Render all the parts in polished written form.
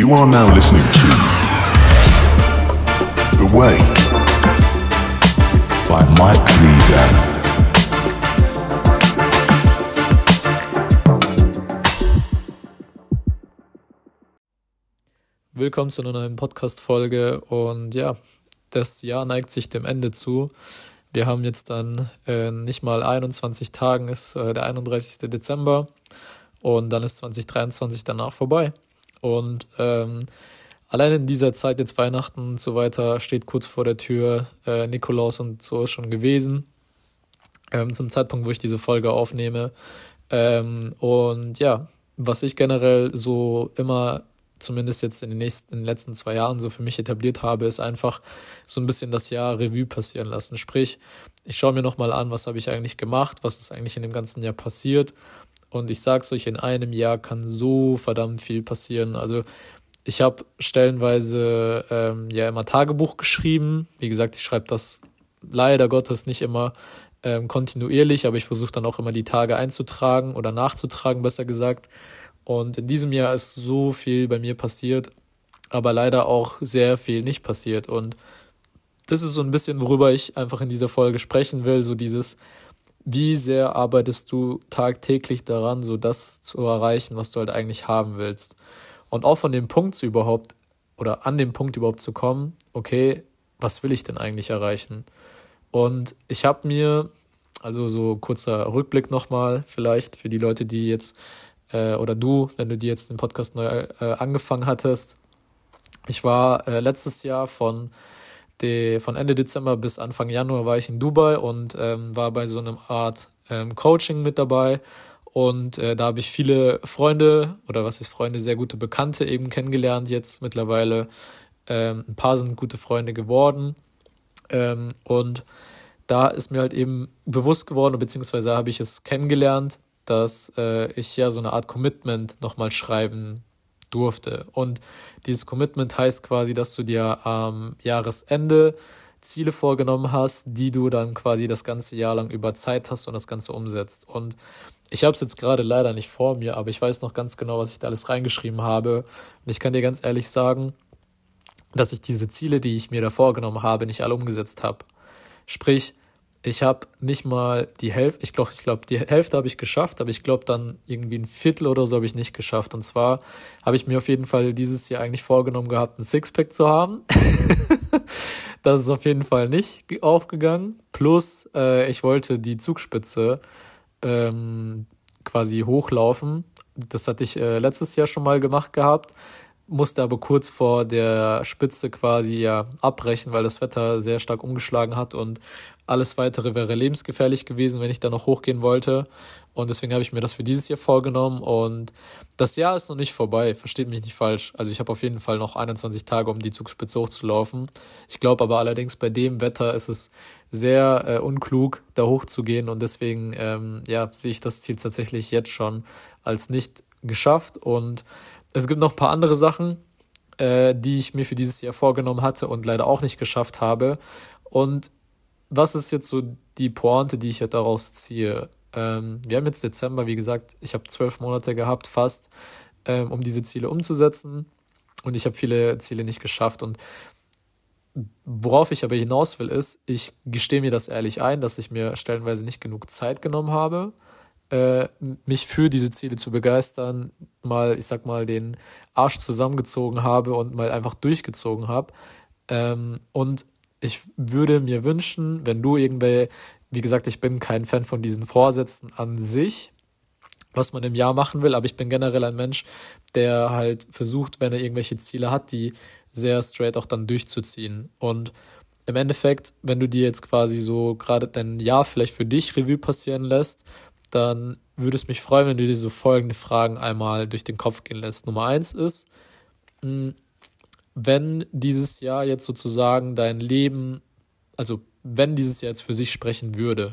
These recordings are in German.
You are now listening to The Way by Mike Leader. Willkommen zu einer neuen Podcast-Folge und ja, das Jahr neigt sich dem Ende zu. Wir haben jetzt dann nicht mal 21 Tagen, ist der 31. Dezember und dann ist 2023 danach vorbei. Und allein in dieser Zeit, jetzt Weihnachten und so weiter, steht kurz vor der Tür, Nikolaus und so ist schon gewesen, zum Zeitpunkt, wo ich diese Folge aufnehme. Und ja, was ich generell so immer, zumindest jetzt in den letzten 2 Jahren so für mich etabliert habe, ist einfach so ein bisschen das Jahr Revue passieren lassen. Sprich, ich schaue mir nochmal an, was habe ich eigentlich gemacht, was ist eigentlich in dem ganzen Jahr passiert. Und ich sag's euch, in einem Jahr kann so verdammt viel passieren. Also ich habe stellenweise immer Tagebuch geschrieben. Wie gesagt, ich schreibe das leider Gottes nicht immer kontinuierlich, aber ich versuche dann auch immer die Tage einzutragen oder nachzutragen, besser gesagt. Und in diesem Jahr ist so viel bei mir passiert, aber leider auch sehr viel nicht passiert. Und das ist so ein bisschen, worüber ich einfach in dieser Folge sprechen will, so dieses: Wie sehr arbeitest du tagtäglich daran, so das zu erreichen, was du halt eigentlich haben willst? Und auch an dem Punkt überhaupt zu kommen, okay, was will ich denn eigentlich erreichen? Und ich habe mir, also so kurzer Rückblick nochmal vielleicht für die Leute, die jetzt, oder du, wenn du dir jetzt den Podcast neu angefangen hattest. Ich war letztes Jahr von Ende Dezember bis Anfang Januar war ich in Dubai und war bei so einer Art Coaching mit dabei. Und da habe ich viele Freunde, oder was ist Freunde, sehr gute Bekannte eben kennengelernt jetzt mittlerweile. Ein paar sind gute Freunde geworden. Und da ist mir halt eben bewusst geworden, beziehungsweise habe ich es kennengelernt, dass ich ja so eine Art Commitment nochmal schreiben durfte. Und dieses Commitment heißt quasi, dass du dir am Jahresende Ziele vorgenommen hast, die du dann quasi das ganze Jahr lang über Zeit hast und das Ganze umsetzt. Und ich habe es jetzt gerade leider nicht vor mir, aber ich weiß noch ganz genau, was ich da alles reingeschrieben habe. Und ich kann dir ganz ehrlich sagen, dass ich diese Ziele, die ich mir da vorgenommen habe, nicht alle umgesetzt habe. Sprich, ich habe nicht mal die Hälfte, ich glaube, die Hälfte habe ich geschafft, aber ich glaube dann irgendwie ein Viertel oder so habe ich nicht geschafft. Und zwar habe ich mir auf jeden Fall dieses Jahr eigentlich vorgenommen gehabt, ein Sixpack zu haben. Das ist auf jeden Fall nicht aufgegangen. Plus, ich wollte die Zugspitze quasi hochlaufen. Das hatte ich letztes Jahr schon mal gemacht gehabt, musste aber kurz vor der Spitze quasi ja abbrechen, weil das Wetter sehr stark umgeschlagen hat und alles Weitere wäre lebensgefährlich gewesen, wenn ich da noch hochgehen wollte. Und deswegen habe ich mir das für dieses Jahr vorgenommen. Und das Jahr ist noch nicht vorbei, versteht mich nicht falsch. Also ich habe auf jeden Fall noch 21 Tage, um die Zugspitze hochzulaufen. Ich glaube aber allerdings, bei dem Wetter ist es sehr unklug, da hochzugehen. Und deswegen sehe ich das Ziel tatsächlich jetzt schon als nicht geschafft. Und es gibt noch ein paar andere Sachen, die ich mir für dieses Jahr vorgenommen hatte und leider auch nicht geschafft habe. Und was ist jetzt so die Pointe, die ich halt daraus ziehe? Wir haben jetzt Dezember, wie gesagt, ich habe 12 Monate gehabt fast, um diese Ziele umzusetzen, und ich habe viele Ziele nicht geschafft. Und worauf ich aber hinaus will, ist, ich gestehe mir das ehrlich ein, dass ich mir stellenweise nicht genug Zeit genommen habe, mich für diese Ziele zu begeistern, den Arsch zusammengezogen habe und mal einfach durchgezogen habe. Und ich würde mir wünschen, wenn du wie gesagt, ich bin kein Fan von diesen Vorsätzen an sich, was man im Jahr machen will, aber ich bin generell ein Mensch, der halt versucht, wenn er irgendwelche Ziele hat, die sehr straight auch dann durchzuziehen. Und im Endeffekt, wenn du dir jetzt quasi so gerade dein Jahr vielleicht für dich Revue passieren lässt, dann würde es mich freuen, wenn du dir so folgende Fragen einmal durch den Kopf gehen lässt. Nummer 1 ist: Wenn dieses Jahr jetzt sozusagen dein Leben, also wenn dieses Jahr jetzt für sich sprechen würde,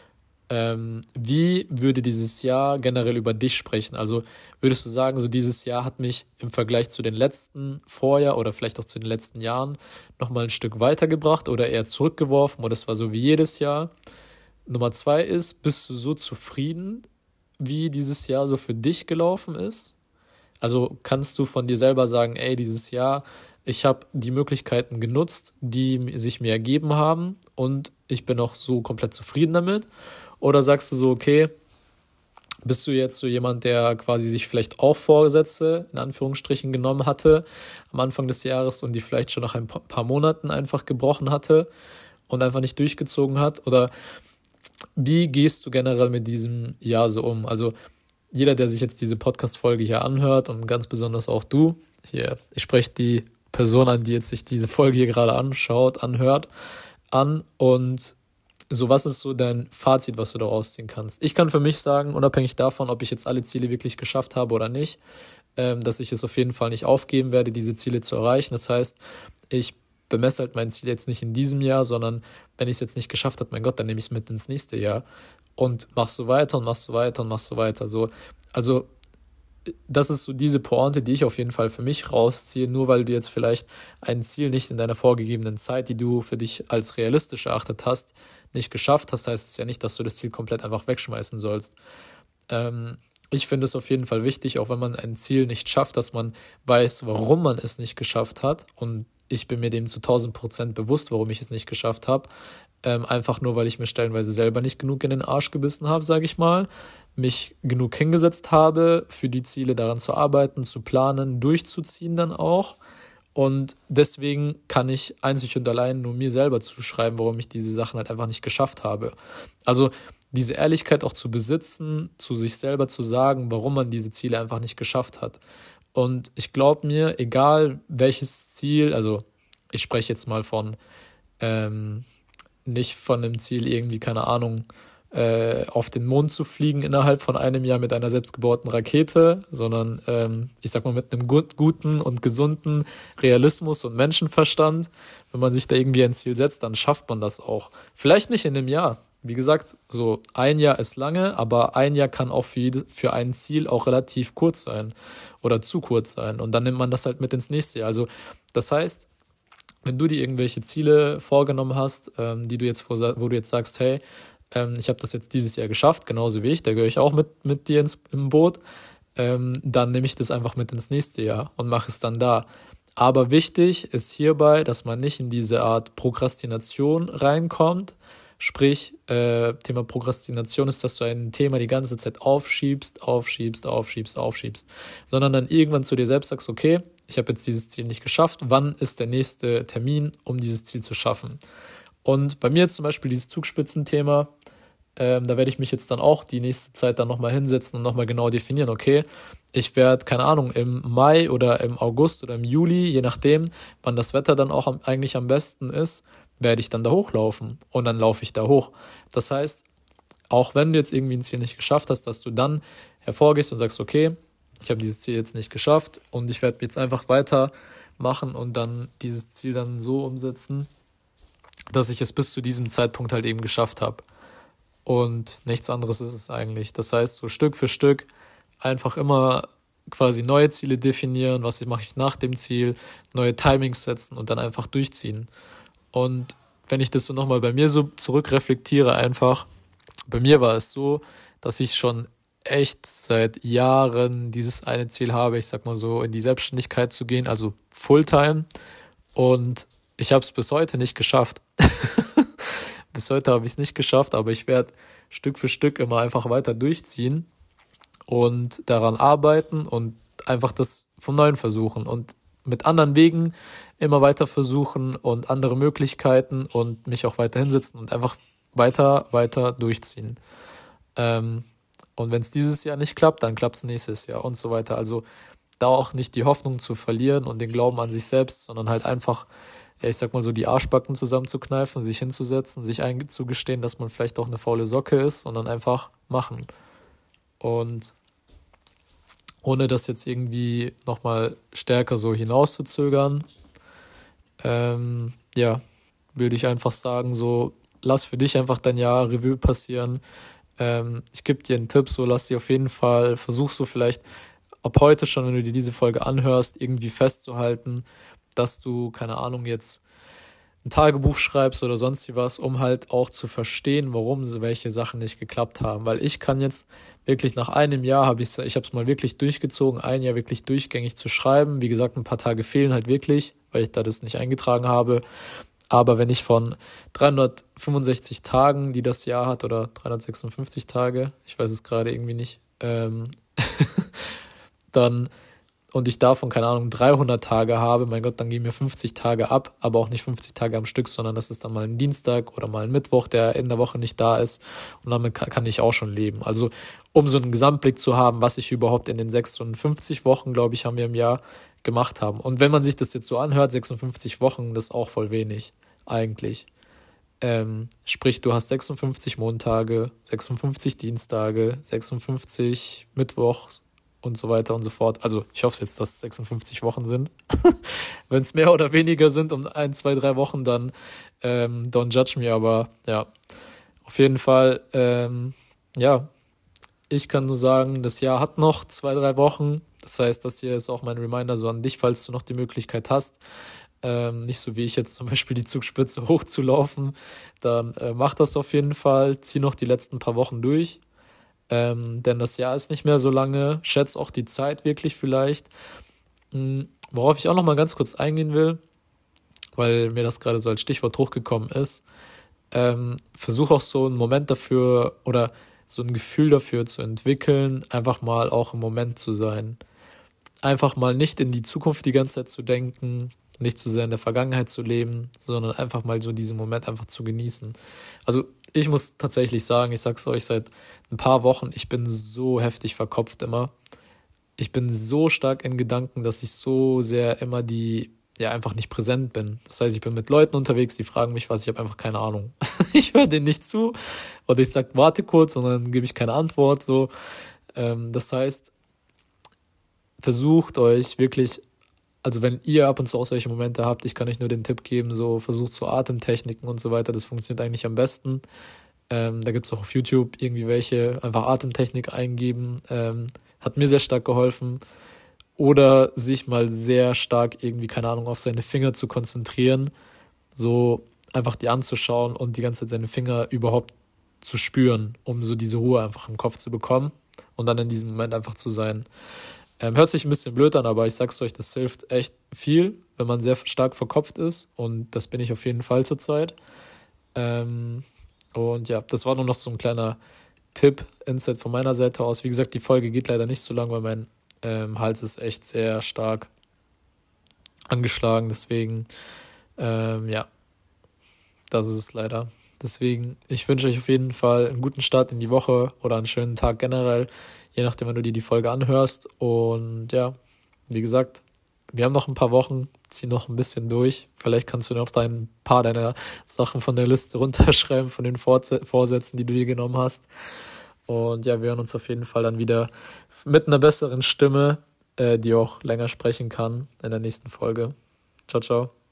wie würde dieses Jahr generell über dich sprechen? Also würdest du sagen, so dieses Jahr hat mich im Vergleich zu den letzten Vorjahr oder vielleicht auch zu den letzten Jahren nochmal ein Stück weitergebracht oder eher zurückgeworfen, oder es war so wie jedes Jahr? Nummer 2 ist: Bist du so zufrieden, wie dieses Jahr so für dich gelaufen ist? Also kannst du von dir selber sagen, ey, dieses Jahr, ich habe die Möglichkeiten genutzt, die sich mir ergeben haben und ich bin auch so komplett zufrieden damit? Oder sagst du so, okay, bist du jetzt so jemand, der quasi sich vielleicht auch Vorsätze in Anführungsstrichen genommen hatte am Anfang des Jahres und die vielleicht schon nach ein paar Monaten einfach gebrochen hatte und einfach nicht durchgezogen hat? Oder wie gehst du generell mit diesem Jahr so um? Also jeder, der sich jetzt diese Podcast-Folge hier anhört und ganz besonders auch du, hier, ich spreche die Person an, die jetzt sich diese Folge hier gerade anhört, an und so, was ist so dein Fazit, was du daraus ziehen kannst? Ich kann für mich sagen, unabhängig davon, ob ich jetzt alle Ziele wirklich geschafft habe oder nicht, dass ich es auf jeden Fall nicht aufgeben werde, diese Ziele zu erreichen. Das heißt, ich bemesse halt mein Ziel jetzt nicht in diesem Jahr, sondern wenn ich es jetzt nicht geschafft habe, mein Gott, dann nehme ich es mit ins nächste Jahr und machst so weiter und machst so weiter und machst so weiter. So, also das ist so diese Pointe, die ich auf jeden Fall für mich rausziehe, nur weil du jetzt vielleicht ein Ziel nicht in deiner vorgegebenen Zeit, die du für dich als realistisch erachtet hast, nicht geschafft hast, heißt es ja nicht, dass du das Ziel komplett einfach wegschmeißen sollst. Ich finde es auf jeden Fall wichtig, auch wenn man ein Ziel nicht schafft, dass man weiß, warum man es nicht geschafft hat, und ich bin mir dem zu 1000% bewusst, warum ich es nicht geschafft habe, einfach nur, weil ich mir stellenweise selber nicht genug in den Arsch gebissen habe, sage ich mal, mich genug hingesetzt habe, für die Ziele daran zu arbeiten, zu planen, durchzuziehen dann auch. Und deswegen kann ich einzig und allein nur mir selber zuschreiben, warum ich diese Sachen halt einfach nicht geschafft habe. Also diese Ehrlichkeit auch zu besitzen, zu sich selber zu sagen, warum man diese Ziele einfach nicht geschafft hat. Und ich glaube mir, egal welches Ziel, also ich spreche jetzt mal von nicht von einem Ziel irgendwie, keine Ahnung, auf den Mond zu fliegen innerhalb von einem Jahr mit einer selbstgebauten Rakete, sondern ich sag mal mit einem guten und gesunden Realismus und Menschenverstand. Wenn man sich da irgendwie ein Ziel setzt, dann schafft man das auch. Vielleicht nicht in einem Jahr. Wie gesagt, so ein Jahr ist lange, aber ein Jahr kann auch für ein Ziel auch relativ kurz sein oder zu kurz sein. Und dann nimmt man das halt mit ins nächste Jahr. Also das heißt, wenn du dir irgendwelche Ziele vorgenommen hast, die du jetzt wo du jetzt sagst, hey, ich habe das jetzt dieses Jahr geschafft, genauso wie ich, da gehöre ich auch mit dir im Boot, dann nehme ich das einfach mit ins nächste Jahr und mache es dann da. Aber wichtig ist hierbei, dass man nicht in diese Art Prokrastination reinkommt. Sprich, Thema Prokrastination ist, dass du ein Thema die ganze Zeit aufschiebst, sondern dann irgendwann zu dir selbst sagst, okay, ich habe jetzt dieses Ziel nicht geschafft, wann ist der nächste Termin, um dieses Ziel zu schaffen? Und bei mir jetzt zum Beispiel dieses Zugspitzenthema, da werde ich mich jetzt dann auch die nächste Zeit dann nochmal hinsetzen und nochmal genau definieren, okay, ich werde, keine Ahnung, im Mai oder im August oder im Juli, je nachdem, wann das Wetter dann auch eigentlich am besten ist, werde ich dann da hochlaufen und dann laufe ich da hoch. Das heißt, auch wenn du jetzt irgendwie ein Ziel nicht geschafft hast, dass du dann hervorgehst und sagst, okay, ich habe dieses Ziel jetzt nicht geschafft und ich werde jetzt einfach weitermachen und dann dieses Ziel dann so umsetzen, dass ich es bis zu diesem Zeitpunkt halt eben geschafft habe. Und nichts anderes ist es eigentlich. Das heißt, so Stück für Stück einfach immer quasi neue Ziele definieren, mache ich nach dem Ziel, neue Timings setzen und dann einfach durchziehen. Und wenn ich das so nochmal bei mir so zurückreflektiere, einfach, bei mir war es so, dass ich schon echt seit Jahren dieses eine Ziel habe, ich sag mal so, in die Selbstständigkeit zu gehen, also Fulltime. Und ich habe es bis heute nicht geschafft. Bis heute habe ich es nicht geschafft, aber ich werde Stück für Stück immer einfach weiter durchziehen und daran arbeiten und einfach das vom Neuen versuchen und mit anderen Wegen immer weiter versuchen und andere Möglichkeiten und mich auch weiter hinsetzen und einfach weiter durchziehen. Und wenn es dieses Jahr nicht klappt, dann klappt es nächstes Jahr und so weiter. Also da auch nicht die Hoffnung zu verlieren und den Glauben an sich selbst, sondern halt einfach, ja, ich sag mal so, die Arschbacken zusammenzukneifen, sich hinzusetzen, sich einzugestehen, dass man vielleicht auch eine faule Socke ist und dann einfach machen. Und ohne das jetzt irgendwie nochmal stärker so hinauszuzögern, würde ich einfach sagen, so, lass für dich einfach dein Jahr Revue passieren. Ich gebe dir einen Tipp, so lass dir auf jeden Fall, versuch so vielleicht ab heute schon, wenn du dir diese Folge anhörst, irgendwie festzuhalten, dass du, keine Ahnung, jetzt ein Tagebuch schreibst oder sonst wie was, um halt auch zu verstehen, warum welche Sachen nicht geklappt haben. Weil ich kann jetzt wirklich nach einem Jahr ich habe es mal wirklich durchgezogen, ein Jahr wirklich durchgängig zu schreiben. Wie gesagt, ein paar Tage fehlen halt wirklich, weil ich da das nicht eingetragen habe. Aber wenn ich von 365 Tagen, die das Jahr hat, oder 356 Tage, ich weiß es gerade irgendwie nicht, dann und ich davon, keine Ahnung, 300 Tage habe, mein Gott, dann gehen mir 50 Tage ab, aber auch nicht 50 Tage am Stück, sondern das ist dann mal ein Dienstag oder mal ein Mittwoch, der in der Woche nicht da ist, und damit kann ich auch schon leben. Also um so einen Gesamtblick zu haben, was ich überhaupt in den 56 Wochen, glaube ich, haben wir im Jahr gemacht haben. Und wenn man sich das jetzt so anhört, 56 Wochen, das ist auch voll wenig, eigentlich. Sprich, du hast 56 Montage, 56 Dienstage, 56 Mittwochs und so weiter und so fort. Also ich hoffe jetzt, dass es 56 Wochen sind. Wenn es mehr oder weniger sind um 1, 2, 3 Wochen, dann don't judge me, aber ja, auf jeden Fall, ja, ich kann nur sagen, das Jahr hat noch 2, 3 Wochen. Das heißt, das hier ist auch mein Reminder so an dich, falls du noch die Möglichkeit hast, nicht so wie ich jetzt zum Beispiel die Zugspitze hochzulaufen, dann mach das auf jeden Fall, zieh noch die letzten paar Wochen durch, denn das Jahr ist nicht mehr so lange, schätz auch die Zeit wirklich vielleicht. Worauf ich auch noch mal ganz kurz eingehen will, weil mir das gerade so als Stichwort hochgekommen ist, versuch auch so einen Moment dafür oder so ein Gefühl dafür zu entwickeln, einfach mal auch im Moment zu sein. Einfach mal nicht in die Zukunft die ganze Zeit zu denken, nicht zu sehr in der Vergangenheit zu leben, sondern einfach mal so diesen Moment einfach zu genießen. Also ich muss tatsächlich sagen, ich sag's euch seit ein paar Wochen, ich bin so heftig verkopft immer. Ich bin so stark in Gedanken, dass ich so sehr immer einfach nicht präsent bin. Das heißt, ich bin mit Leuten unterwegs, die fragen mich was, ich habe einfach keine Ahnung. Ich höre denen nicht zu oder ich sag, warte kurz und dann gebe ich keine Antwort. So. Das heißt, versucht euch wirklich, also wenn ihr ab und zu auch solche Momente habt, ich kann euch nur den Tipp geben, so versucht so Atemtechniken und so weiter, das funktioniert eigentlich am besten. Da gibt es auch auf YouTube irgendwie welche, einfach Atemtechnik eingeben, hat mir sehr stark geholfen. Oder sich mal sehr stark irgendwie, keine Ahnung, auf seine Finger zu konzentrieren, so einfach die anzuschauen und die ganze Zeit seine Finger überhaupt zu spüren, um so diese Ruhe einfach im Kopf zu bekommen und dann in diesem Moment einfach zu sein. Hört sich ein bisschen blöd an, aber ich sag's euch, das hilft echt viel, wenn man sehr stark verkopft ist, und das bin ich auf jeden Fall zurzeit. Und ja, das war nur noch so ein kleiner Tipp, Insight von meiner Seite aus. Wie gesagt, die Folge geht leider nicht so lang, weil mein Hals ist echt sehr stark angeschlagen, deswegen, ja, das ist es leider. Deswegen, ich wünsche euch auf jeden Fall einen guten Start in die Woche oder einen schönen Tag generell, je nachdem, wann du dir die Folge anhörst. Und ja, wie gesagt, wir haben noch ein paar Wochen, zieh noch ein bisschen durch. Vielleicht kannst du noch ein paar deiner Sachen von der Liste runterschreiben, von den Vorsätzen, die du dir genommen hast. Und ja, wir hören uns auf jeden Fall dann wieder mit einer besseren Stimme, die auch länger sprechen kann, in der nächsten Folge. Ciao, ciao.